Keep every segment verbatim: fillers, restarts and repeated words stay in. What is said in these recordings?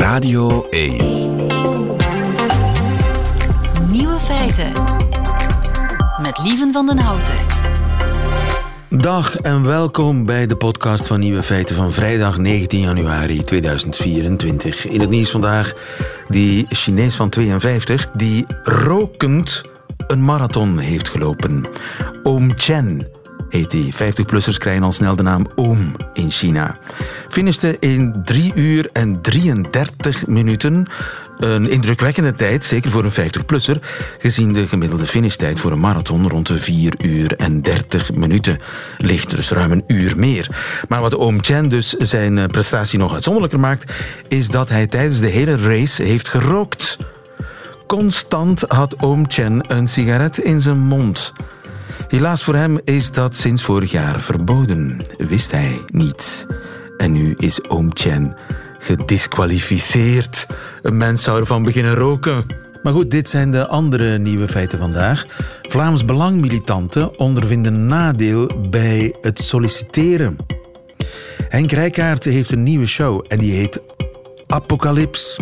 Radio één. Nieuwe feiten. Met Lieven van den Houten. Dag en welkom bij de podcast van Nieuwe Feiten van vrijdag negentien januari tweeduizend vierentwintig. In het nieuws vandaag die Chinees van tweeënvijftig die rokend een marathon heeft gelopen. Oom Chen heet hij. vijftig-plussers krijgen al snel de naam Oom in China. Finishte in drie uur en drieëndertig minuten. Een indrukwekkende tijd, zeker voor een vijftig-plusser, gezien de gemiddelde finishtijd voor een marathon rond de vier uur en dertig minuten ligt, dus ruim een uur meer. Maar wat Oom Chen dus zijn prestatie nog uitzonderlijker maakt, is dat hij tijdens de hele race heeft gerookt. Constant had Oom Chen een sigaret in zijn mond. Helaas voor hem is dat sinds vorig jaar verboden. Wist hij niet. En nu is Oom Chen gedisqualificeerd. Een mens zou ervan beginnen roken. Maar goed, dit zijn de andere nieuwe feiten vandaag. Vlaams Belang-militanten ondervinden nadeel bij het solliciteren. Henk Rijkaard heeft een nieuwe show en die heet Apocalypse.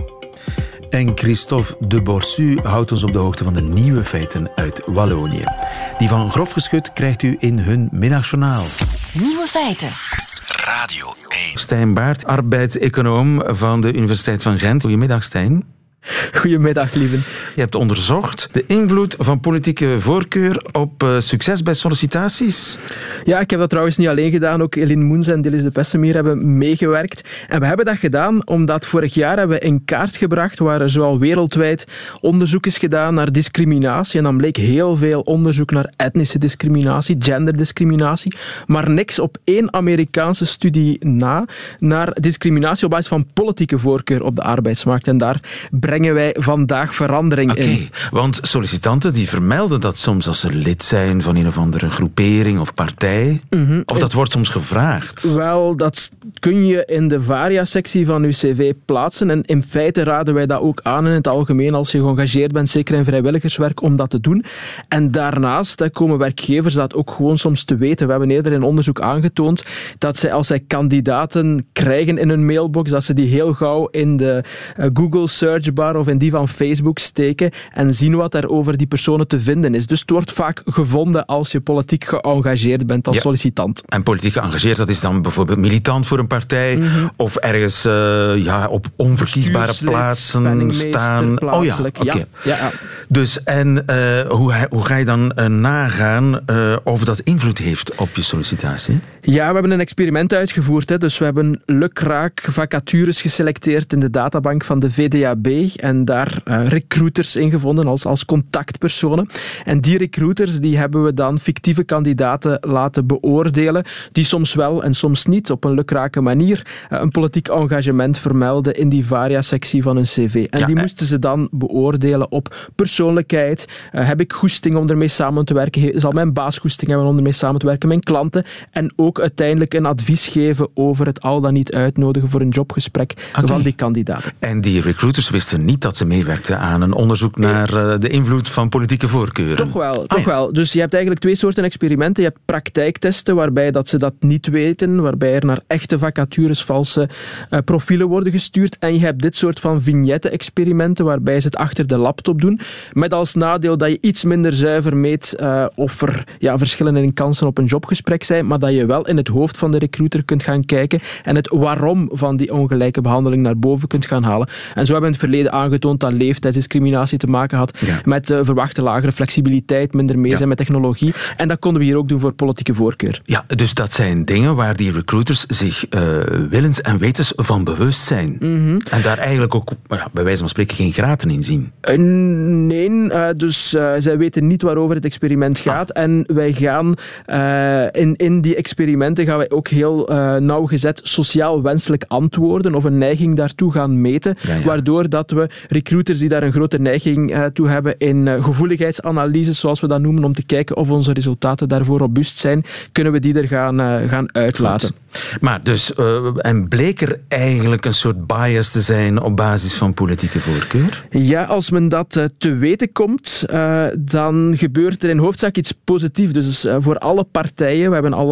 En Christophe de Borsu houdt ons op de hoogte van de nieuwe feiten uit Wallonië. Die van Grof Geschut krijgt u in hun middagjournaal. Nieuwe feiten. Radio één. Stijn Baert, arbeidseconoom van de Universiteit van Gent. Goedemiddag, Stijn. Goedemiddag, Lieven. Je hebt onderzocht de invloed van politieke voorkeur op uh, succes bij sollicitaties. Ja, ik heb dat trouwens niet alleen gedaan. Ook Eline Moens en Dillis de Pessemeer hebben meegewerkt. En we hebben dat gedaan omdat vorig jaar hebben we in kaart gebracht waar er zoal wereldwijd onderzoek is gedaan naar discriminatie. En dan bleek heel veel onderzoek naar etnische discriminatie, genderdiscriminatie, maar niks op één Amerikaanse studie na naar discriminatie op basis van politieke voorkeur op de arbeidsmarkt. En daar brengen wij vandaag verandering okay, in. Want sollicitanten die vermelden dat soms als ze lid zijn van een of andere groepering of partij. Mm-hmm. Of dat wordt soms gevraagd. Wel, dat kun je in de varia-sectie van uw cv plaatsen. En in feite raden wij dat ook aan in het algemeen als je geëngageerd bent, zeker in vrijwilligerswerk, om dat te doen. En daarnaast komen werkgevers dat ook gewoon soms te weten. We hebben eerder in onderzoek aangetoond dat zij, als zij kandidaten krijgen in hun mailbox, dat ze die heel gauw in de uh, Google search bar of in die van Facebook steken en zien wat er over die personen te vinden is. Dus het wordt vaak gevonden als je politiek geëngageerd bent als ja. sollicitant. En politiek geëngageerd, dat is dan bijvoorbeeld militant voor een partij mm-hmm. of ergens uh, ja, op onverkiesbare plaatsen staan. Oh ja, oké. Okay. Ja, ja. Dus en uh, hoe, hoe ga je dan uh, nagaan uh, of dat invloed heeft op je sollicitatie? Ja, we hebben een experiment uitgevoerd. Hè. Dus we hebben lukraak vacatures geselecteerd in de databank van de V D A B en daar uh, recruiters in gevonden als, als contactpersonen. En die recruiters die hebben we dan fictieve kandidaten laten beoordelen, die soms wel en soms niet op een lukrake manier uh, een politiek engagement vermelden in die varia-sectie van hun cv. En ja, die moesten ze dan beoordelen op persoonlijkheid. Uh, heb ik goesting om ermee samen te werken? Zal mijn baas goesting hebben om ermee samen te werken? Mijn klanten? En ook uiteindelijk een advies geven over het al dan niet uitnodigen voor een jobgesprek okay. van die kandidaten. En die recruiters wisten niet dat ze meewerkten aan een onderzoek naar uh, de invloed van politieke voorkeuren. Toch wel, toch ah, ja. wel. Dus je hebt eigenlijk twee soorten experimenten. Je hebt praktijktesten waarbij dat ze dat niet weten, waarbij er naar echte vacatures valse uh, profielen worden gestuurd. En je hebt dit soort van vignette-experimenten waarbij ze het achter de laptop doen. Met als nadeel dat je iets minder zuiver meet uh, of er ja, verschillen in kansen op een jobgesprek zijn, maar dat je wel in het hoofd van de recruiter kunt gaan kijken en het waarom van die ongelijke behandeling naar boven kunt gaan halen. En zo hebben we in het verleden aangetoond dat leeftijdsdiscriminatie te maken had ja. met uh, verwachte lagere flexibiliteit, minder mee zijn ja. met technologie. En dat konden we hier ook doen voor politieke voorkeur. Ja, dus dat zijn dingen waar die recruiters zich uh, willens en wetens van bewust zijn. Mm-hmm. En daar eigenlijk ook, ja, bij wijze van spreken, geen graten in zien. Uh, nee, uh, dus uh, zij weten niet waarover het experiment gaat. Ah. En wij gaan uh, in, in die experimenten gaan wij ook heel uh, nauwgezet sociaal wenselijk antwoorden of een neiging daartoe gaan meten, ja, ja. waardoor dat we recruiters die daar een grote neiging uh, toe hebben in uh, gevoeligheidsanalyses, zoals we dat noemen, om te kijken of onze resultaten daarvoor robuust zijn, kunnen we die er gaan, uh, gaan uitlaten. Goed. Maar dus, uh, en bleek er eigenlijk een soort bias te zijn op basis van politieke voorkeur? Ja, als men dat uh, te weten komt, uh, dan gebeurt er in hoofdzaak iets positiefs. Dus uh, voor alle partijen, we hebben alle, alle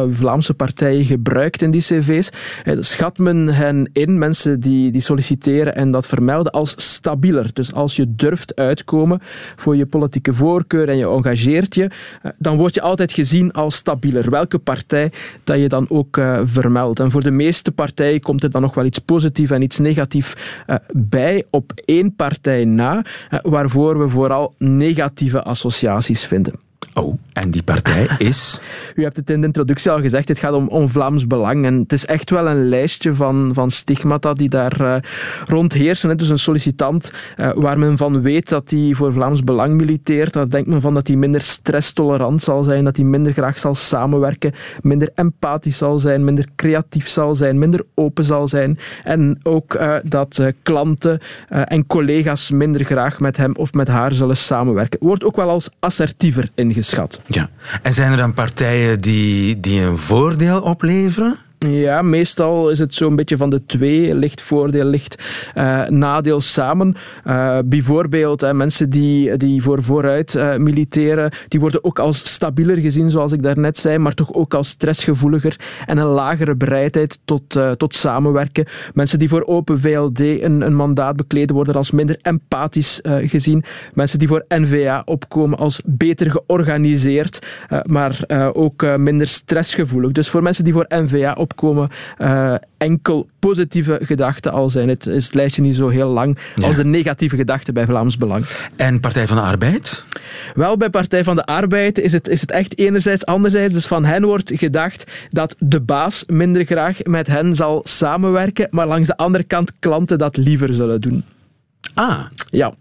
Vlaamse partijen gebruikt in die cv's, schat men hen in, mensen die, die solliciteren en dat vermelden, als stabieler. Dus als je durft uitkomen voor je politieke voorkeur en je engageert je, dan word je altijd gezien als stabieler. Welke partij dat je dan ook uh, vermeldt. En voor de meeste partijen komt er dan nog wel iets positiefs en iets negatiefs uh, bij, op één partij na, uh, waarvoor we vooral negatieve associaties vinden. Oh, en die partij is? U hebt het in de introductie al gezegd, het gaat om, om Vlaams Belang. En het is echt wel een lijstje van, van stigmata die daar uh, rondheersen. Hè. Dus een sollicitant uh, waar men van weet dat hij voor Vlaams Belang militeert, daar denkt men van dat hij minder stresstolerant zal zijn, dat hij minder graag zal samenwerken, minder empathisch zal zijn, minder creatief zal zijn, minder open zal zijn. En ook uh, dat uh, klanten uh, en collega's minder graag met hem of met haar zullen samenwerken. Wordt ook wel als assertiever ingeschat. Ja. En zijn er dan partijen die, die een voordeel opleveren? Ja, meestal is het zo'n beetje van de twee. Licht voordeel, licht uh, nadeel samen. Uh, bijvoorbeeld hè, mensen die, die voor vooruit uh, militeren, die worden ook als stabieler gezien, zoals ik daarnet zei, maar toch ook als stressgevoeliger en een lagere bereidheid tot, uh, tot samenwerken. Mensen die voor Open V L D een, een mandaat bekleden worden als minder empathisch uh, gezien. Mensen die voor N V A opkomen als beter georganiseerd, uh, maar uh, ook uh, minder stressgevoelig. Dus voor mensen die voor N V A opkomen, komen uh, enkel positieve gedachten, al zijn het, is het lijstje niet zo heel lang, ja, als de negatieve gedachten bij Vlaams Belang. En Partij van de Arbeid? Wel, bij Partij van de Arbeid is het, is het echt enerzijds, anderzijds. Dus van hen wordt gedacht dat de baas minder graag met hen zal samenwerken, maar langs de andere kant klanten dat liever zullen doen. Ah. Ja.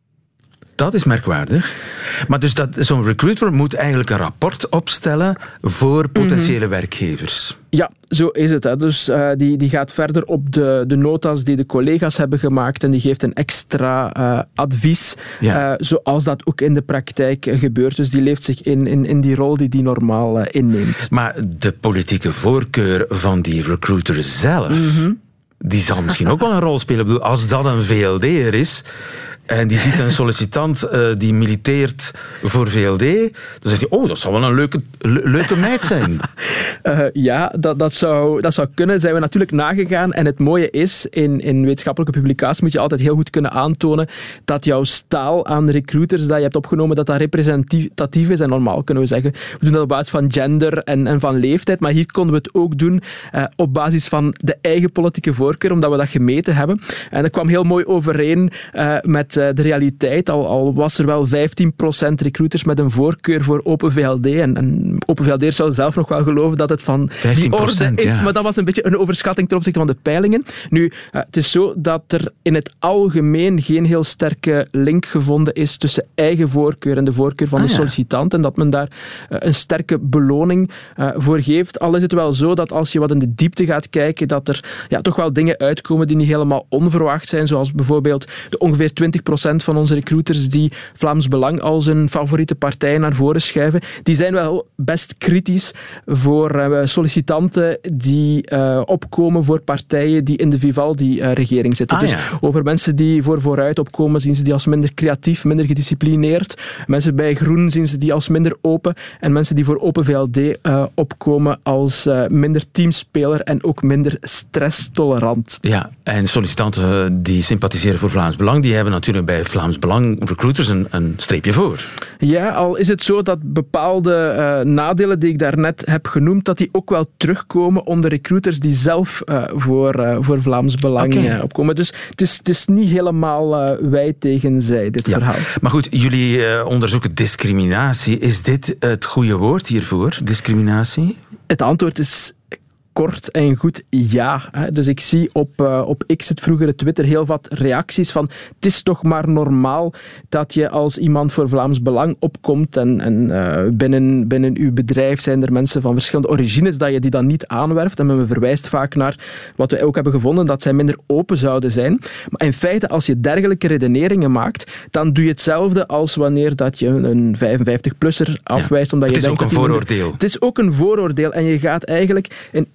Dat is merkwaardig. Maar dus dat, zo'n recruiter moet eigenlijk een rapport opstellen voor potentiële mm-hmm. werkgevers. Ja, zo is het. Hè. Dus uh, die, die gaat verder op de, de nota's die de collega's hebben gemaakt en die geeft een extra uh, advies, ja. uh, zoals dat ook in de praktijk uh, gebeurt. Dus die leeft zich in, in, in die rol die die normaal uh, inneemt. Maar de politieke voorkeur van die recruiter zelf, mm-hmm. die zal misschien ook wel een rol spelen. Ik bedoel, als dat een V L D'er is en die ziet een sollicitant uh, die militeert voor V L D, dan zegt hij, oh, dat zou wel een leuke, le- leuke meid zijn. Uh, ja, dat, dat, zou, dat zou kunnen. Zijn we natuurlijk nagegaan. En het mooie is, in, in wetenschappelijke publicaties moet je altijd heel goed kunnen aantonen dat jouw staal aan recruiters dat je hebt opgenomen, dat dat representatief is. En normaal kunnen we zeggen, we doen dat op basis van gender en, en van leeftijd. Maar hier konden we het ook doen uh, op basis van de eigen politieke voorkeur, omdat we dat gemeten hebben. En dat kwam heel mooi overeen uh, met uh, de realiteit. Al, al was er wel vijftien procent recruiters met een voorkeur voor Open V L D. En, en Open V L D zou zelf nog wel geloven dat het van die orde is. Ja. Maar dat was een beetje een overschatting ten opzichte van de peilingen. Nu, uh, het is zo dat er in het algemeen geen heel sterke link gevonden is tussen eigen voorkeur en de voorkeur van ah, de sollicitant. Ja. En dat men daar uh, een sterke beloning uh, voor geeft. Al is het wel zo dat als je wat in de diepte gaat kijken, dat er ja, toch wel dingen uitkomen die niet helemaal onverwacht zijn. Zoals bijvoorbeeld de ongeveer twintig procent van onze recruiters die Vlaams Belang als een favoriete partij naar voren schuiven. Die zijn wel best kritisch voor uh, sollicitanten die uh, opkomen voor partijen die in de Vivaldi-regering zitten. Ah, dus ja. over mensen die voor vooruit opkomen, zien ze die als minder creatief, minder gedisciplineerd. Mensen bij Groen zien ze die als minder open. En mensen die voor Open V L D uh, opkomen als uh, minder teamspeler en ook minder stresstolerant. Ja, en sollicitanten die sympathiseren voor Vlaams Belang, die hebben natuurlijk bij Vlaams Belang recruiters een, een streepje voor. Ja, al is het zo dat bepaalde uh, nadelen die ik daarnet heb genoemd, dat die ook wel terugkomen onder recruiters die zelf uh, voor, uh, voor Vlaams Belang okay. uh, opkomen. Dus het is, het is niet helemaal uh, wij tegen zij, dit ja. verhaal. Maar goed, jullie uh, onderzoeken discriminatie. Is dit het goede woord hiervoor, discriminatie? Het antwoord is kort en goed ja. Dus ik zie op, uh, op X, het vroegere Twitter, heel wat reacties van het is toch maar normaal dat je als iemand voor Vlaams Belang opkomt en, en uh, binnen, binnen uw bedrijf zijn er mensen van verschillende origines, dat je die dan niet aanwerft. En men verwijst vaak naar wat we ook hebben gevonden, dat zij minder open zouden zijn. Maar in feite, als je dergelijke redeneringen maakt, dan doe je hetzelfde als wanneer dat je een vijfenvijftig-plusser afwijst. Ja, omdat het je is denkt ook een dat vooroordeel. Minder... Het is ook een vooroordeel en je gaat eigenlijk in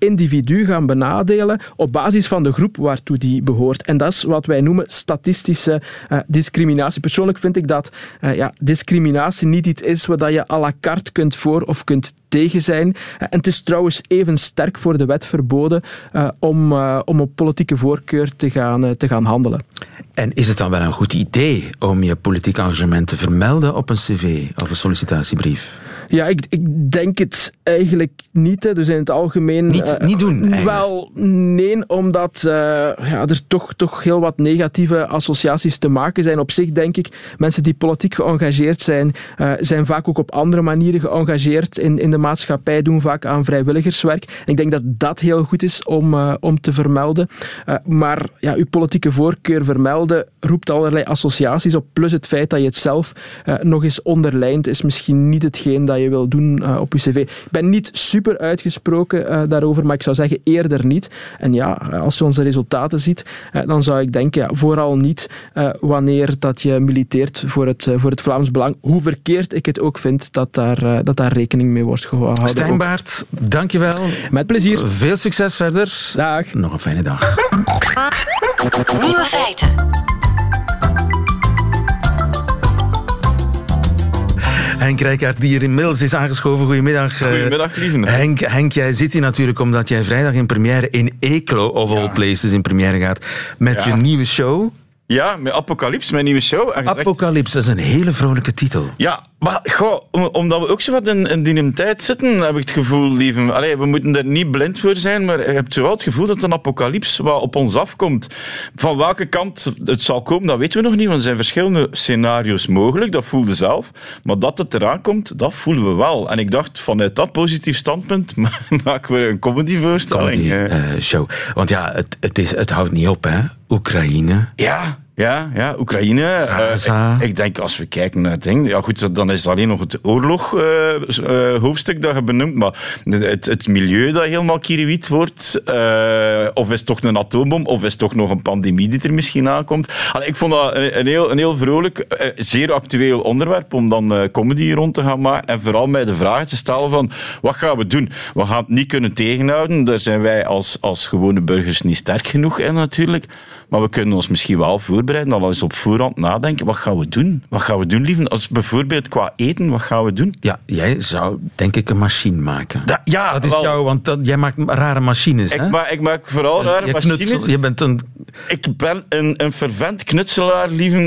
individu gaan benadelen op basis van de groep waartoe die behoort. En dat is wat wij noemen statistische uh, discriminatie. Persoonlijk vind ik dat uh, ja, discriminatie niet iets is wat je à la carte kunt voor of kunt tegen zijn. Uh, en het is trouwens even sterk voor de wet verboden uh, om, uh, om op politieke voorkeur te gaan, uh, te gaan handelen. En is het dan wel een goed idee om je politiek engagement te vermelden op een cv of een sollicitatiebrief? Ja, ik, ik denk het eigenlijk niet. Hè. Dus in het algemeen... Niet, uh, niet doen, eigenlijk. Wel, nee, omdat uh, ja, er toch, toch heel wat negatieve associaties te maken zijn. Op zich denk ik, mensen die politiek geëngageerd zijn, uh, zijn vaak ook op andere manieren geëngageerd in, in de maatschappij, doen vaak aan vrijwilligerswerk. En ik denk dat dat heel goed is om, uh, om te vermelden. Uh, maar ja, uw politieke voorkeur vermelden roept allerlei associaties op. Plus het feit dat je het zelf uh, nog eens onderlijnt, is misschien niet hetgeen dat je wil doen uh, op je cv. Ik ben niet super uitgesproken uh, daarover, maar ik zou zeggen eerder niet. En ja, als je onze resultaten ziet, uh, dan zou ik denken, ja, vooral niet uh, wanneer dat je militeert voor het, uh, voor het Vlaams Belang. Hoe verkeerd ik het ook vind dat daar, uh, dat daar rekening mee wordt gehouden. Stijn Baert, dankjewel. Met plezier. Veel succes verder. Dag. Nog een fijne dag. Nieuwe feiten. Henk Rijkaard, die hier inmiddels is aangeschoven. Goedemiddag. Goedemiddag, lieve. Henk, Henk, jij zit hier natuurlijk omdat jij vrijdag in première in Eeklo, of all places, in première gaat met Ja. je nieuwe show. Ja, met Apocalypse, mijn nieuwe show. En gezegd, Apocalypse, dat is een hele vrolijke titel. ja, maar goh, om- omdat we ook zo wat in, in die tijd zitten, heb ik het gevoel, lieve. Allee, we moeten er niet blind voor zijn, maar je hebt zo wel het gevoel dat een apocalypse wat op ons afkomt. Van welke kant het zal komen, dat weten we nog niet, want er zijn verschillende scenario's mogelijk, dat voelde zelf. Maar dat het eraan komt, dat voelen we wel. En ik dacht, vanuit dat positief standpunt ma- maken we een comedyvoorstelling. Comedy eh. eh, show. Want ja, het, het, is, het houdt niet op, hè. Oekraïne. Ja, ja, ja, Oekraïne. Uh, Gaza. ik, ik denk, als we kijken naar het ding... Ja goed, dan is het alleen nog het oorlog-hoofdstuk uh, uh, dat je benoemt, maar het, het milieu dat helemaal kiriwiet wordt, uh, of is het toch een atoombom, of is het toch nog een pandemie die er misschien aankomt. Allee, ik vond dat een, een, heel, een heel vrolijk, uh, zeer actueel onderwerp om dan uh, comedy rond te gaan maken en vooral mij de vraag te stellen van, wat gaan we doen? We gaan het niet kunnen tegenhouden, daar zijn wij als, als gewone burgers niet sterk genoeg in natuurlijk. Maar we kunnen ons misschien wel voorbereiden, al eens op voorhand nadenken. Wat gaan we doen? Wat gaan we doen, lieve? Als bijvoorbeeld qua eten, wat gaan we doen? Ja, jij zou denk ik een machine maken. Da, ja, dat is wel, jou, want dat, jij maakt rare machines, ik, hè? ma ik maak vooral rare je, machines. knutsel, je bent een... Ik ben een, een fervent knutselaar, lieve.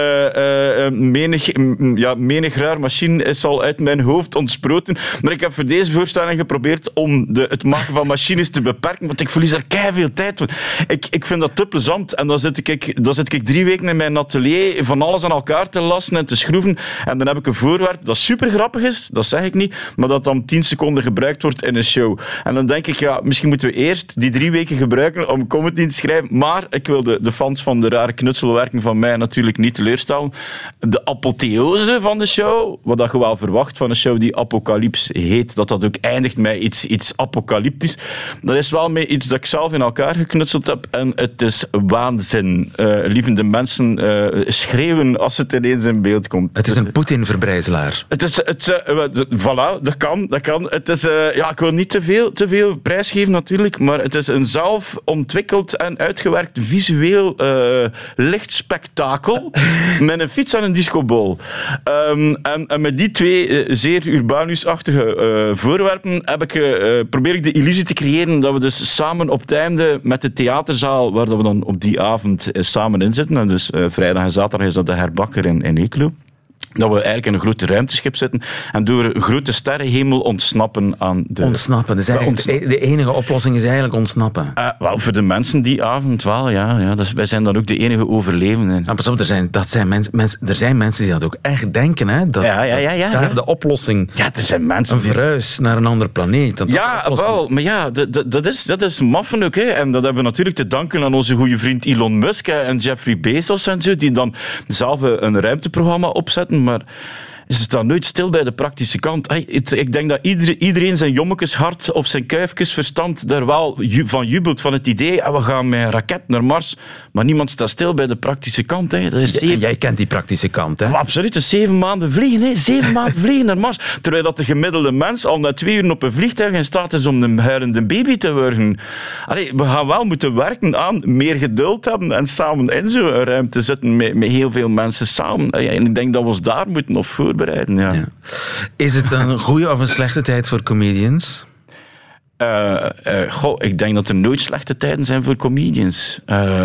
Uh, uh, menig, m, ja, menig raar machine is al uit mijn hoofd ontsproten. Maar ik heb voor deze voorstelling geprobeerd om de, het maken van machines te beperken, want ik verlies er keiveel tijd van. Ik, ik vind dat te plezant. En dan zit, ik, dan zit ik drie weken in mijn atelier van alles aan elkaar te lassen en te schroeven. En dan heb ik een voorwerp dat super grappig is, dat zeg ik niet, maar dat dan tien seconden gebruikt wordt in een show. En dan denk ik, ja, misschien moeten we eerst die drie weken gebruiken om comedy te schrijven. Maar ik wil de, de fans van de rare knutselwerking van mij natuurlijk niet teleurstellen. De apotheose van de show, wat dat je wel verwacht van een show die Apocalypse heet, dat dat ook eindigt met iets, iets apocalyptisch. Dat is wel met iets dat ik zelf in elkaar geknutseld heb en het is waanzin. Uh, lievende mensen uh, schreeuwen als het ineens in beeld komt. Het is een Poetin-verbrijzelaar. Het is, het, uh, voilà, dat kan, dat kan. Het is, uh, ja, ik wil niet te veel, te veel prijsgeven natuurlijk, maar het is een zelf ontwikkeld en uitgewerkt visueel uh, lichtspektakel met een fiets en een discobol. Um, en, en met die twee uh, zeer Urbanus-achtige uh, voorwerpen heb ik, uh, probeer ik de illusie te creëren dat we dus samen op het einde met de theaterzaal, waar we dan op die avond uh, samen in zitten, en dus uh, vrijdag en zaterdag is dat de Herbakker in, in Eeklo, dat we eigenlijk in een grote ruimteschip zitten en door een grote sterrenhemel ontsnappen aan de... Ontsnappen. Dus eigenlijk ontsnappen. De enige oplossing is eigenlijk ontsnappen. Uh, wel, voor de mensen die avond wel, ja. ja dus wij zijn dan ook de enige overlevenden. Nou, pas op, er zijn, dat zijn mens, mens, er zijn mensen die dat ook echt denken, hè? Dat, Ja, ja, ja, ja, dat, ja. daar de oplossing, Ja, er zijn mensen een die... verhuis naar een ander planeet. Dat dat de Ja, oplossing- wel, maar ja, dat, dat, dat is, dat is maffen ook. Hè. En dat hebben we natuurlijk te danken aan onze goede vriend Elon Musk hè, en Jeffrey Bezos en zo, die dan zelf een ruimteprogramma opzetten, maar... ze staan nooit stil bij de praktische kant. Hey, het, ik denk dat ieder, iedereen zijn jommekeshart of zijn kuifkesverstand daar wel ju, van jubelt, van het idee, ah, we gaan met een raket naar Mars, maar niemand staat stil bij de praktische kant. Hè. Dat is zeven... ja, jij kent die praktische kant, hè? Oh, absoluut, het is zeven maanden vliegen. Hè. Zeven maanden vliegen naar Mars. Terwijl dat de gemiddelde mens al na twee uur op een vliegtuig in staat is om een huilende baby te worden. Allee, we gaan wel moeten werken aan meer geduld hebben en samen in zo'n ruimte zitten met, met heel veel mensen samen. En ik denk dat we ons daar moeten op voorbereiden. Ja. Ja. Is het een goede of een slechte tijd voor comedians? Uh, uh, goh, ik denk dat er nooit slechte tijden zijn voor comedians. Uh, uh,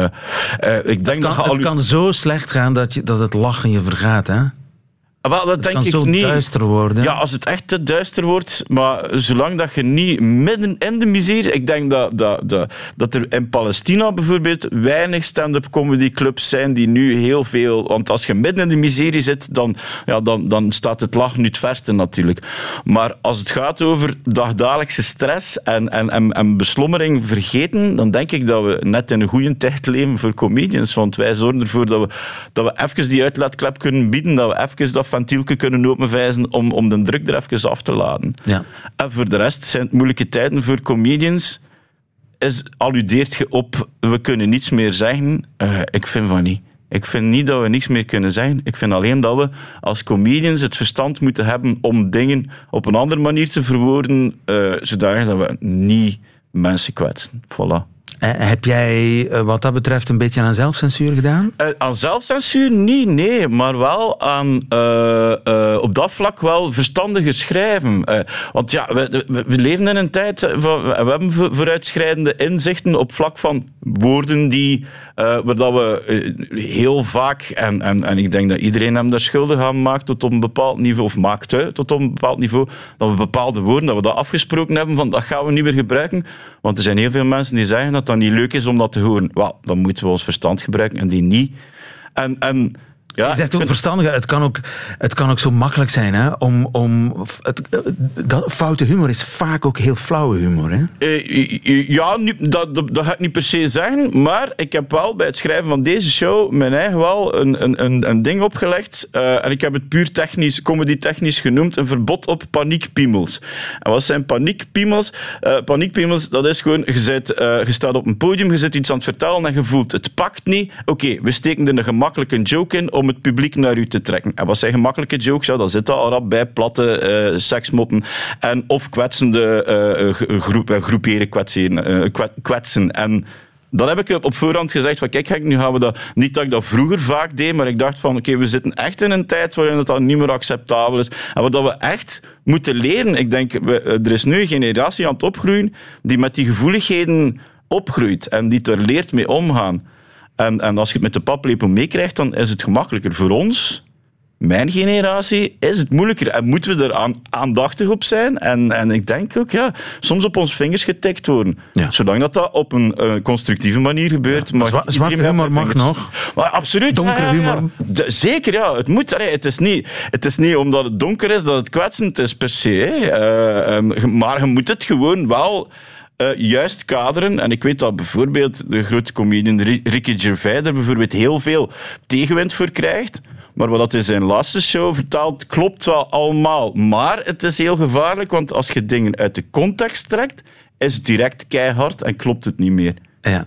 ik denk het kan, dat het al... kan zo slecht gaan dat, je, dat het lachen je vergaat, hè? Wel, dat het denk kan ik zo niet. duister worden. Ja, als het echt te duister wordt, maar zolang dat je niet midden in de miserie... Ik denk dat, dat, dat, dat er in Palestina bijvoorbeeld weinig stand-up comedy clubs zijn die nu heel veel... Want als je midden in de miserie zit, dan, ja, dan, dan staat het lachen nu het verste natuurlijk. Maar als het gaat over dagdagelijkse stress en, en, en, en beslommering vergeten, dan denk ik dat we net in een goede tijd leven voor comedians. Want wij zorgen ervoor dat we, dat we even die uitlaatklep kunnen bieden, dat we even dat ventielke kunnen openvijzen om, om de druk er even af te laden. Ja. En voor de rest zijn het moeilijke tijden voor comedians. Is, alludeert je op, we kunnen niets meer zeggen? Uh, ik vind van niet. Ik vind niet dat we niets meer kunnen zeggen. Ik vind alleen dat we als comedians het verstand moeten hebben om dingen op een andere manier te verwoorden, uh, zodanig dat we niet mensen kwetsen. Voilà. Uh, heb jij uh, wat dat betreft een beetje aan zelfcensuur gedaan? Uh, aan zelfcensuur niet, nee. Maar wel aan uh, uh, op dat vlak wel verstandiger schrijven. Uh, want ja, we, we, we leven in een tijd van... We hebben vooruitschrijdende inzichten op vlak van woorden die... Uh, waar dat we uh, heel vaak... En, en, en ik denk dat iedereen hem daar schuldig aan maakt tot op een bepaald niveau... Of maakt uit tot op een bepaald niveau... Dat we bepaalde woorden, dat we dat afgesproken hebben van dat gaan we niet meer gebruiken. Want er zijn heel veel mensen die zeggen dat dat niet leuk is om dat te horen. Wel, dan moeten we ons verstand gebruiken en die niet. En, en, ja, je zegt ook vind... verstandig, het kan ook, het kan ook zo makkelijk zijn, hè, om... om het, dat, foute humor is vaak ook heel flauwe humor, hè? Uh, ja, nu, dat, dat, dat ga ik niet per se zeggen, maar ik heb wel bij het schrijven van deze show mijn eigen wel een, een, een, een ding opgelegd. Uh, en ik heb het puur technisch, comedy-technisch genoemd, een verbod op paniekpiemels. En wat zijn paniekpiemels? Uh, paniekpiemels, dat is gewoon, je, zit, uh, je staat op een podium, je zit iets aan het vertellen en je voelt, het pakt niet. Oké, okay, we steken er een gemakkelijke joke in om het publiek naar u te trekken. En wat zijn gemakkelijke jokes? Ja, dan zit dat al rap bij, platte uh, seksmoppen en of kwetsende uh, groep, uh, groeperen kwetsen, uh, kwetsen. En dan heb ik op voorhand gezegd van kijk, nu gaan we dat... Niet dat ik dat vroeger vaak deed, maar ik dacht van oké, okay, we zitten echt in een tijd waarin het al niet meer acceptabel is. En wat we echt moeten leren, ik denk, we, er is nu een generatie aan het opgroeien die met die gevoeligheden opgroeit en die er leert mee omgaan. En, en als je het met de paplepel meekrijgt, dan is het gemakkelijker voor ons. Mijn generatie is het moeilijker en moeten we er aan, aandachtig op zijn. En, en ik denk ook, ja, soms op ons vingers getikt worden. Ja. Zolang dat, dat op een uh, constructieve manier gebeurt. Ja, Zwa- zwarte humor mag nog. Maar absoluut. Donkere ja, ja, ja. humor. De, zeker, ja. Het moet. Allee, het, is niet, het is niet omdat het donker is dat het kwetsend is per se. Uh, um, maar je moet het gewoon wel... Uh, juist kaderen. En ik weet dat bijvoorbeeld de grote comedian Ricky Gervais er bijvoorbeeld heel veel tegenwind voor krijgt. Maar wat hij in zijn laatste show vertaalt, klopt wel allemaal. Maar het is heel gevaarlijk, want als je dingen uit de context trekt, is het direct keihard en klopt het niet meer. Ja.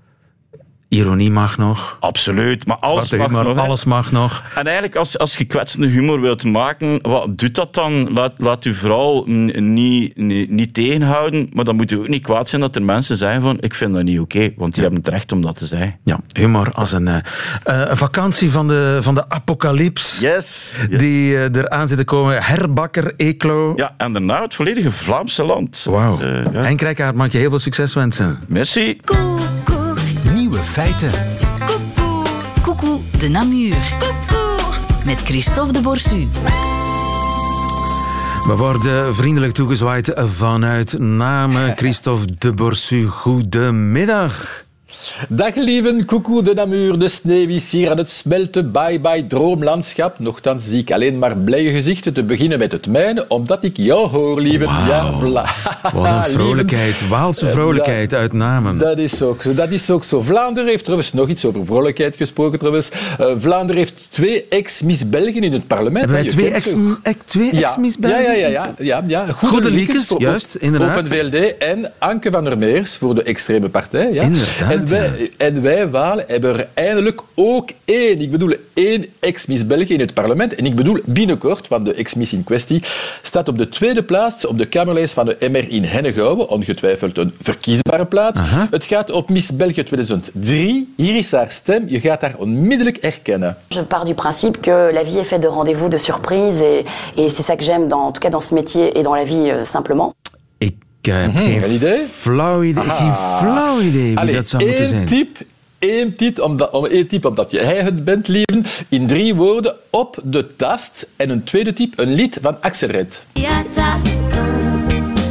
Ironie mag nog. Absoluut, maar alles mag humor, nog. Alles mag nog. En eigenlijk, als, als je kwetsende humor wilt maken, wat doet dat dan? Laat, laat u vooral n- niet, niet, niet tegenhouden, maar dan moet u ook niet kwaad zijn dat er mensen zeggen van, ik vind dat niet oké, okay, want die ja. hebben het recht om dat te zeggen. Ja, humor als een, uh, een vakantie van de, van de apocalyps. Yes. yes. Die uh, eraan zit te komen. Herbakker, Eeklo. Ja, en daarna het volledige Vlaamse land. Wauw. Uh, ja. Henk Rijkaard, mag je heel veel succes wensen. Merci. Nieuwe feiten. Coucou de Namur. Met Christophe de Borsu. We worden vriendelijk toegezwaaid vanuit Namen. Christophe de Borsu, goedemiddag. Dag lieven, koekoe de namuur, de sneeuw is hier aan het smelten. Bye bye droomlandschap. Nochtans zie ik alleen maar blije gezichten, te beginnen met het mijne, omdat ik jou hoor, lieven. Wow. Ja, vla. Wat een vrolijkheid, Waalse vrolijkheid uit Namen. Dat is ook zo. Dat is ook zo. Vlaanderen heeft trouwens nog iets over vrolijkheid gesproken. Trouwens. Uh, Vlaanderen heeft twee ex-Miss Belgen in het parlement. Hebben wij twee ex, ex, twee ja. ex-Miss Belgen? Ja, ja, ja. ja, ja, ja. Goede, Goede Liekes, Liekes, juist, inderdaad. Open V L D en Anke van der Meers voor de extreme partij. Ja. Inderdaad, en, wij, ja. en wij, Walen, hebben er eindelijk ook één. Ik bedoel één ex-Miss België in het parlement. En ik bedoel binnenkort, want de ex-Miss in kwestie staat op de tweede plaats op de Kamerlijst van de M R in Henegouwen. Ongetwijfeld een verkiesbare plaats. Aha. Het gaat op Miss België tweeduizend drie. Hier is haar stem. Je gaat haar onmiddellijk herkennen. Je pars du principe que la vie est faite de rendez-vous, de surprises. Et, et c'est ça que j'aime, dans, en tout cas dans ce métier et dans la vie euh, simplement. Ik uh, heb Mm-hmm, geen een idee? flauw idee, geen flauw idee wie Allee, dat zou moeten één zijn. Tip, één tip, omdat, om, één tip omdat jij het bent, lieven. In drie woorden, op de tast. En een tweede tip, een lied van Axel Red. Ja, taton.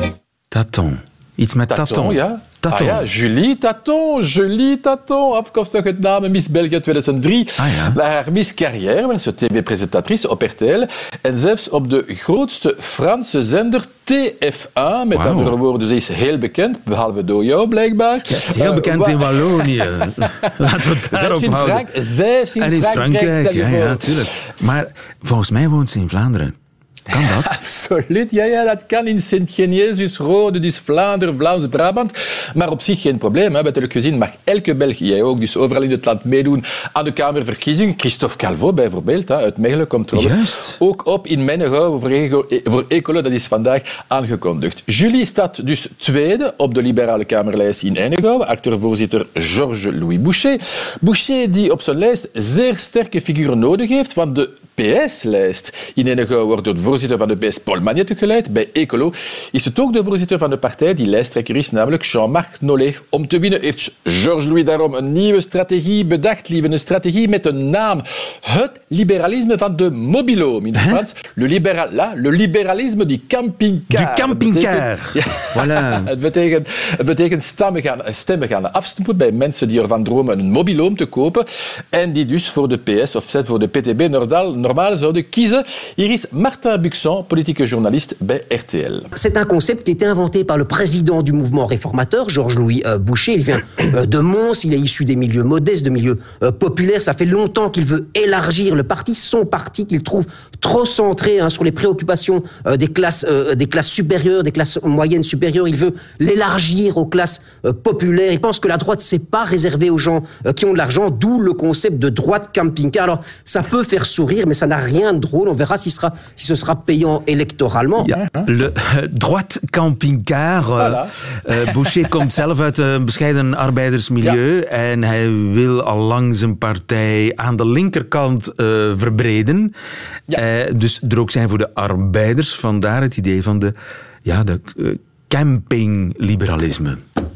Taton. Iets met taton. Taton, ja. Taton. Ah ja, Julie Taton, Julie Taton, afkomstig uit naam Miss België tweeduizend drie. Ah ja. Na haar Miss carrière werd ze tv-presentatrice op R T L en zelfs op de grootste Franse zender T F één. Met Wauw. andere woorden, ze is heel bekend, behalve door jou blijkbaar. Ja, het is heel Uh, bekend wa- in Wallonië. Laten we het daarop Zelfs in, houden. Frank, zelfs in, En in Frankrijk, Frankrijk, stel je ja, voor. ja, natuurlijk. Maar volgens mij woont ze in Vlaanderen. Kan dat? Absoluut, ja, ja, dat kan in Sint-Genius, Rode, dus Vlaanderen, Vlaams-Brabant. Maar op zich geen probleem. Hè. Wettelijk gezien mag elke Belg, jij ook, dus overal in het land meedoen aan de Kamerverkiezingen. Christophe Calvo bijvoorbeeld, hè, uit Mechelen, komt trouwens Juist. ook op in Menegouwen voor, Ego, voor Ecolo. Dat is vandaag aangekondigd. Julie staat dus tweede op de liberale Kamerlijst in Henegouwen, achter voorzitter Georges-Louis Boucher. Boucher die op zijn lijst zeer sterke figuren nodig heeft, want de P S-lijst in Henegouwen wordt door de voorzitter van de P S, Paul Magnette, geleid. Bij Ecolo is het ook de voorzitter van de partij die lijsttrekker is, namelijk Jean-Marc Nollet. Om te winnen heeft Georges-Louis daarom een nieuwe strategie bedacht, lieve. Een strategie met een naam. Het liberalisme van de mobiloom. In het Frans, le, libera- la, le liberalisme du camping-car. Du camping-car. Het betekent- Ja, Voilà. het betekent, het betekent stemmen, gaan, stemmen gaan afsnoepen bij mensen die ervan dromen een mobiloom te kopen en die dus voor de P S of voor de P T B normaal, normaal zouden kiezen. Hier is Martin Buxon, politieke journalist bij R T L. C'est un concept qui a été inventé par le président du mouvement réformateur, Georges-Louis euh, Boucher. Il vient euh, de Mons, il est issu des milieux modestes, de milieux euh, populaires. Ça fait longtemps qu'il veut élargir le parti, son parti, qu'il trouve trop centré hein, sur les préoccupations euh, des, classes, euh, des classes supérieures, des classes moyennes supérieures. Il veut l'élargir aux classes euh, populaires. Il pense que la droite, c'est pas réservé aux gens euh, qui ont de l'argent, d'où le concept de droite camping-car. Alors, ça peut faire sourire, mais ça n'a rien de drôle. On verra si, sera, si ce sera payant électoralement. Ja, le droit camping-car. Voilà. Uh, uh, Boucher komt zelf uit een bescheiden arbeidersmilieu en hij wil al lang zijn partij aan de linkerkant uh, verbreden. Ja. Uh, dus er ook zijn voor de arbeiders. Vandaar het idee van de, ja, de uh, campingliberalisme.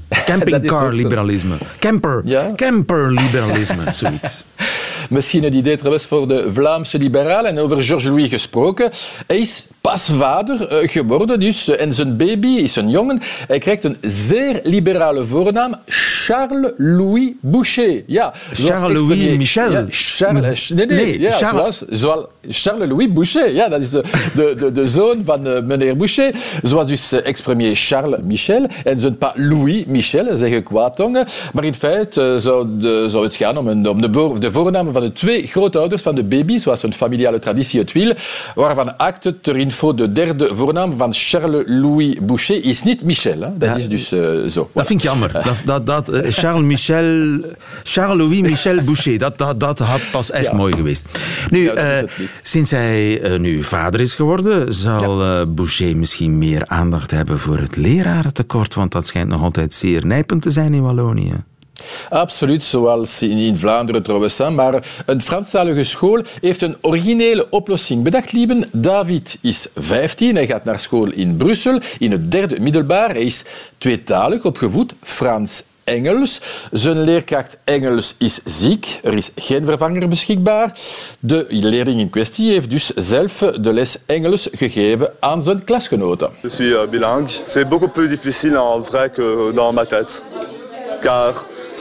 Campingcar-liberalisme. Camper. Ja. Camper-liberalisme, zoiets. Misschien het idee trouwens voor de Vlaamse liberalen. En over Georges-Louis gesproken. Hij is pas vader uh, geworden dus, uh, en zijn baby is een jongen. Hij krijgt een zeer liberale voornaam. Charles-Louis Boucher. Ja, Charles-Louis Michel. Ja, Charles, nee, nee. Nee, ja, Charles. zoals, zoals Charles-Louis Boucher. Ja, dat is de, de, de, de zoon van uh, meneer Boucher. Zoals dus uh, ex-premier Charles Michel. En zijn pa Louis Michel, zeggen kwaadtongen. Maar in feite uh, zou, de, zou het gaan om, een, om de, bo- de voornamen van de twee grootouders van de baby, zoals een familiale traditie het wil, waarvan acte ter info de derde voornaam van Charles-Louis Boucher is niet Michel. Hè? Dat Ja. is dus uh, zo. Dat vind ik jammer. Dat, dat, dat, uh, Charles Michel, Charles-Louis Michel Boucher, dat, dat, dat had pas echt Ja. mooi geweest. Nu, Ja, dat is uh, het niet. sinds hij uh, nu vader is geworden, zal uh, Boucher misschien meer aandacht hebben voor het lerarentekort, want dat schijnt nog altijd zeer nijpend te zijn in Wallonië. Absoluut, zoals in, in Vlaanderen trouwens. Hè. Maar een Franstalige school heeft een originele oplossing bedacht, lieben. David is vijftien, hij gaat naar school in Brussel, in het derde middelbaar. Hij is tweetalig opgevoed, Frans Engels. Zijn leerkracht Engels is ziek. Er is geen vervanger beschikbaar. De leerling in kwestie heeft dus zelf de les Engels gegeven aan zijn klasgenoten. Je suis euh, bilingue. C'est beaucoup plus difficile en vrai que dans ma tête. Car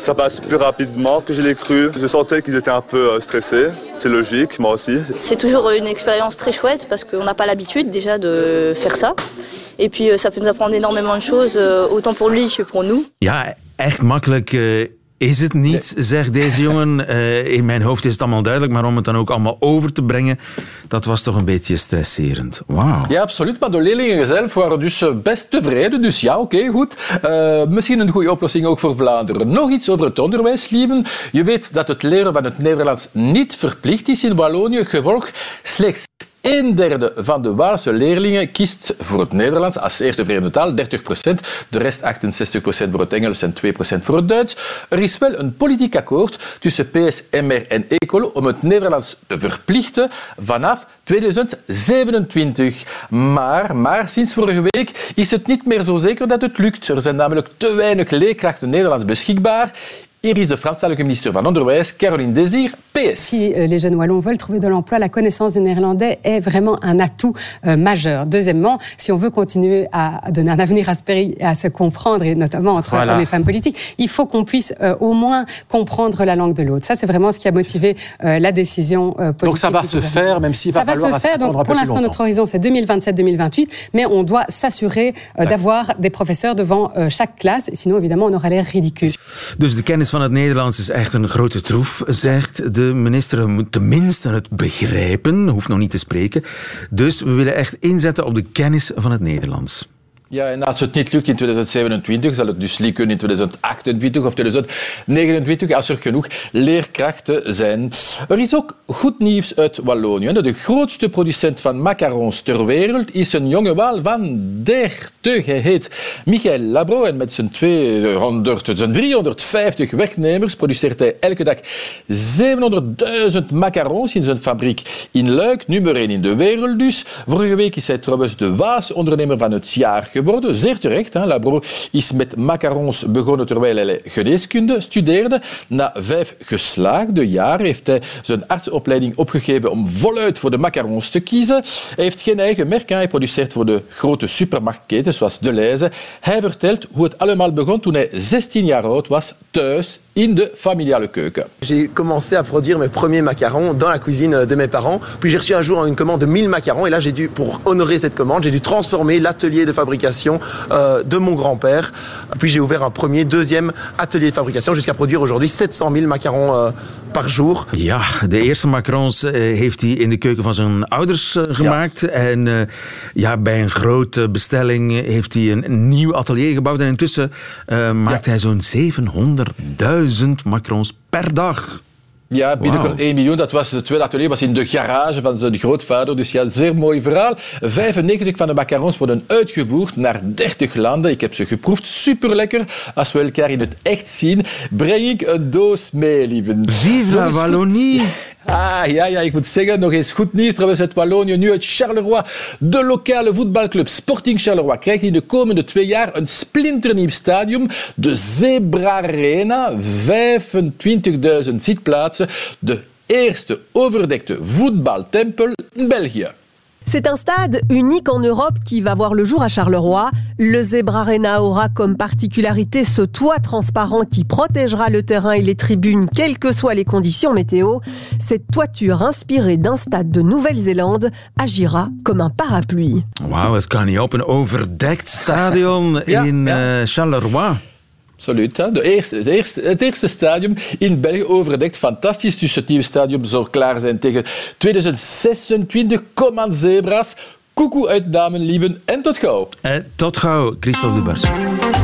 Ça passe plus rapidement que je l'ai cru. Je sentais qu'ils étaient un peu stressés. C'est logique, moi aussi. C'est toujours une expérience très chouette parce qu'on n'a pas l'habitude déjà de faire ça. Et puis ça peut nous apprendre énormément de choses, autant pour lui que pour nous. Ja, echt makkelijk uh, is het niet, zegt deze jongen. Uh, in mijn hoofd is het allemaal duidelijk, maar om het dan ook allemaal over te brengen, dat was toch een beetje stresserend. Wauw. Ja, absoluut. Maar de leerlingen zelf waren dus best tevreden. Dus ja, oké, okay, goed. Uh, misschien een goede oplossing ook voor Vlaanderen. Nog iets over het onderwijs, lieven. Je weet dat het leren van het Nederlands niet verplicht is in Wallonië. Gevolg slechts een derde van de Waalse leerlingen kiest voor het Nederlands als eerste vreemde taal, dertig procent. De rest achtenzestig procent voor het Engels en twee procent voor het Duits. Er is wel een politiek akkoord tussen P S M R en Ecolo om het Nederlands te verplichten vanaf tweeduizend zevenentwintig. Maar, maar sinds vorige week is het niet meer zo zeker dat het lukt. Er zijn namelijk te weinig leerkrachten Nederlands beschikbaar. Hier is de Franstalige minister van Onderwijs, Caroline Désir, P S. Si les jeunes wallons veulent trouver de l'emploi, la connaissance du néerlandais est vraiment un atout euh, majeur. Deuxièmement, si on veut continuer à donner un avenir à ce pays et à se comprendre, et notamment entre voilà. hommes et femmes politiques, il faut qu'on puisse euh, au moins comprendre la langue de l'autre. Ça, c'est vraiment ce qui a motivé euh, la décision euh, politique. Donc ça va se faire, même s'il va ça falloir... Ça va se faire. Donc, pour l'instant, notre horizon, c'est deux mille vingt-sept deux mille vingt-huit, mais on doit s'assurer euh, d'avoir des professeurs devant euh, chaque classe. Sinon, évidemment, on aura l'air ridicule. Dus de kennis van het Nederlands is echt een grote troef, zegt de minister. We moeten tenminste het begrijpen, hoeft nog niet te spreken. Dus we willen echt inzetten op de kennis van het Nederlands. Ja, en als het niet lukt in tweeduizend zevenentwintig, zal het dus lukken in tweeduizend achtentwintig of tweeduizend negenentwintig, als er genoeg leerkrachten zijn. Er is ook goed nieuws uit Wallonië. De grootste producent van macarons ter wereld is een jonge Waal van dertig. Hij heet Michael Labro en met zijn, tweehonderd, zijn driehonderdvijftig werknemers produceert hij elke dag zevenhonderdduizend macarons in zijn fabriek in Luik, nummer één in de wereld dus. Vorige week is hij trouwens de Waalse ondernemer van het jaar geworden. Zeer terecht. Hè? Labro is met macarons begonnen terwijl hij geneeskunde studeerde. Na vijf geslaagde jaar heeft hij zijn artsopleiding opgegeven om voluit voor de macarons te kiezen. Hij heeft geen eigen merk. Hij produceert voor de grote supermarktketen zoals Delhaize. Hij vertelt hoe het allemaal begon toen hij zestien jaar oud was, thuis in de familiale keuken. J'ai commencé à produire mes premiers macarons dans la cuisine de mes parents. Puis j'ai reçu un jour une commande de mille macarons. Et là, j'ai dû, pour honorer cette commande, j'ai dû transformer l'atelier de fabrication euh, de mon grand-père. Puis j'ai ouvert un premier, deuxième atelier de fabrication jusqu'à produire aujourd'hui sept cent mille macarons euh, par jour. Ja, de eerste macarons uh, heeft hij in de keuken van zijn ouders uh, gemaakt. Ja. En uh, ja, bij een grote bestelling heeft hij een nieuw atelier gebouwd. En intussen uh, maakt ja. hij zo'n zevenhonderdduizend macarons per dag. Ja, binnenkort wow. één miljoen. Dat was het tweede atelier, was in de garage van zijn grootvader. Dus ja, zeer mooi verhaal. vijfennegentig van de macarons worden uitgevoerd naar dertig landen. Ik heb ze geproefd. Super lekker. Als we elkaar in het echt zien, breng ik een doos mee, lieven. Vive la Wallonie! Ah, ja, ja, ik moet zeggen, nog eens goed nieuws. Trouwens uit Wallonië, nu uit Charleroi. De lokale voetbalclub Sporting Charleroi krijgt in de komende twee jaar een splinternieuw stadion. De Zebra Arena, vijfentwintigduizend zitplaatsen. De eerste overdekte voetbaltempel in België. C'est un stade unique en Europe qui va voir le jour à Charleroi. Le Zebra Arena aura comme particularité ce toit transparent qui protégera le terrain et les tribunes, quelles que soient les conditions météo. Cette toiture inspirée d'un stade de Nouvelle-Zélande agira comme un parapluie. Wauw, het kan niet op. Een overdekt stadion ja, in ja. Uh, Charleroi. Absoluut. Hè? De eerste, het, eerste, het eerste stadium in België overdekt. Fantastisch. Dus het nieuwe stadium zal klaar zijn tegen tweeduizend zesentwintig. Kom aan, zebra's. Koekoe uit Damen-Lieven. En tot gauw. Uh, tot gauw, Christophe de Bars.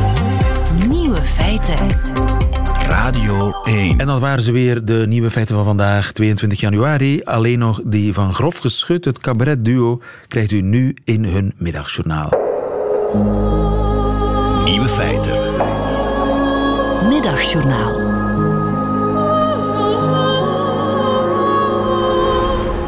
Nieuwe feiten. Radio één. En dan waren ze weer, de nieuwe feiten van vandaag, tweeëntwintig januari. Alleen nog die van Grof Geschut, het cabaretduo, krijgt u nu in hun middagjournaal. Nieuwe feiten. Middagjournaal.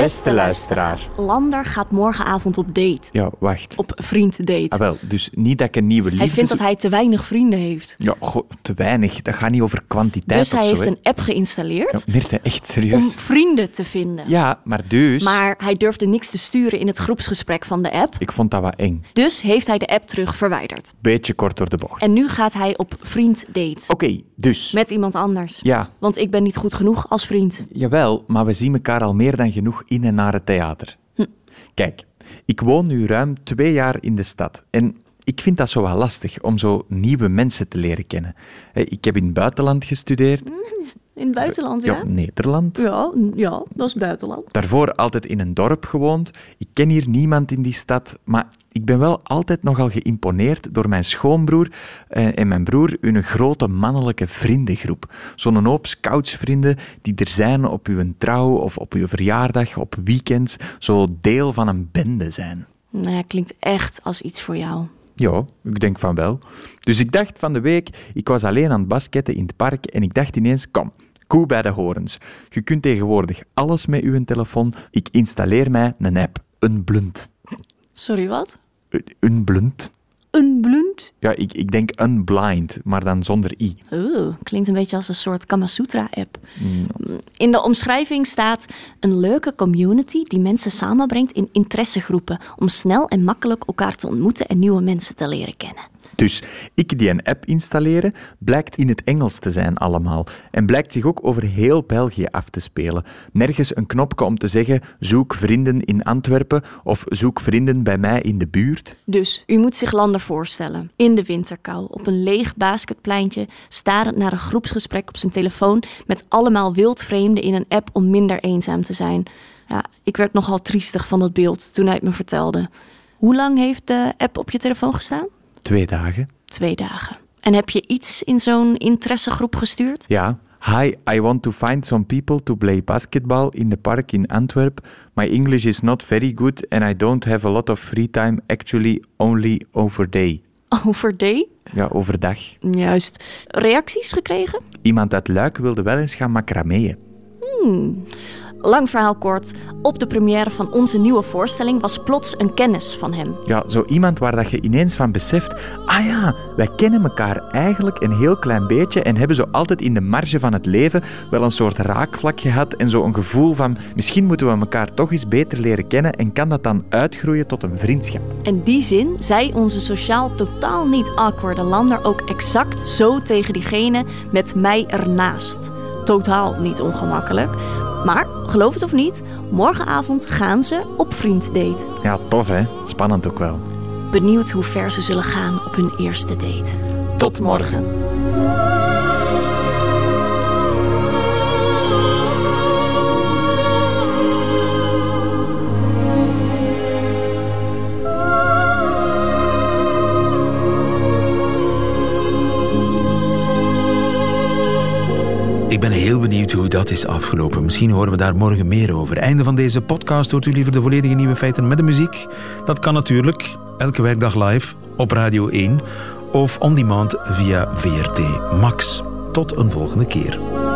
Beste luisteraar. Lander gaat morgenavond op date. Ja, wacht. Op vrienddate. Ah, wel, dus niet dat ik een nieuwe liefde... Hij vindt dat hij te weinig vrienden heeft. Ja, goh, te weinig. Dat gaat niet over kwantiteit Dus hij of zo, heeft hè. een app geïnstalleerd. Ja, Mirte, echt serieus. Om vrienden te vinden. Ja, maar dus... Maar hij durfde niks te sturen in het groepsgesprek van de app. Ik vond dat wat eng. Dus heeft hij de app terug verwijderd. Beetje kort door de bocht. En nu gaat hij op vrienddate. Oké, okay, dus... Met iemand anders. Ja. Want ik ben niet goed genoeg als vriend. Jawel, maar we zien elkaar al meer dan genoeg in en naar het theater. Hm. Kijk, ik woon nu ruim twee jaar in de stad. En ik vind dat zo wel lastig om zo nieuwe mensen te leren kennen. Ik heb in het buitenland gestudeerd. In het buitenland, ja? Ja, Nederland. Ja, ja, dat is buitenland. Daarvoor altijd in een dorp gewoond. Ik ken hier niemand in die stad, maar ik ben wel altijd nogal geïmponeerd door mijn schoonbroer eh, en mijn broer, hun grote mannelijke vriendengroep. Zo'n hoop scoutsvrienden die er zijn op uw trouw of op uw verjaardag, op weekends, zo deel van een bende zijn. Nou ja, klinkt echt als iets voor jou. Ja, ik denk van wel. Dus ik dacht van de week, ik was alleen aan het basketten in het park en ik dacht ineens, kom, koe bij de horens. Je kunt tegenwoordig alles met uw telefoon. Ik installeer mij een app, Unblunt. Sorry, wat? Unblunt. Unblunt? Ja, ik, ik denk unblind, maar dan zonder i. Oeh, klinkt een beetje als een soort Kamasutra-app. Mm. In de omschrijving staat een leuke community die mensen samenbrengt in interessegroepen om snel en makkelijk elkaar te ontmoeten en nieuwe mensen te leren kennen. Dus ik die een app installeren, blijkt in het Engels te zijn allemaal. En blijkt zich ook over heel België af te spelen. Nergens een knopje om te zeggen, zoek vrienden in Antwerpen of zoek vrienden bij mij in de buurt. Dus u moet zich Lander voorstellen. In de winterkou, op een leeg basketpleintje, starend naar een groepsgesprek op zijn telefoon met allemaal wildvreemden in een app om minder eenzaam te zijn. Ja, ik werd nogal triestig van dat beeld toen hij het me vertelde. Hoe lang heeft de app op je telefoon gestaan? Twee dagen. Twee dagen. En heb je iets in zo'n interessegroep gestuurd? Ja. Hi, I want to find some people to play basketball in the park in Antwerp. My English is not very good and I don't have a lot of free time, actually only overday. Overday? Ja, overdag. Juist. Reacties gekregen? Iemand uit Luik wilde wel eens gaan macrameeën. Hmm. Lang verhaal kort, op de première van onze nieuwe voorstelling was plots een kennis van hem. Ja, zo iemand waar dat je ineens van beseft, ah ja, wij kennen elkaar eigenlijk een heel klein beetje en hebben zo altijd in de marge van het leven wel een soort raakvlak gehad en zo een gevoel van, misschien moeten we elkaar toch eens beter leren kennen en kan dat dan uitgroeien tot een vriendschap. In die zin zei onze sociaal totaal niet awkward Lander ook exact zo tegen diegene met mij ernaast. Totaal niet ongemakkelijk. Maar, geloof het of niet, morgenavond gaan ze op vrienddate. Ja, tof hè? Spannend ook wel. Benieuwd hoe ver ze zullen gaan op hun eerste date. Tot morgen. Ik ben heel benieuwd hoe dat is afgelopen. Misschien horen we daar morgen meer over. Einde van deze podcast. Hoort u liever de volledige Nieuwe Feiten met de muziek? Dat kan natuurlijk elke werkdag live op Radio één of on demand via V R T Max. Tot een volgende keer.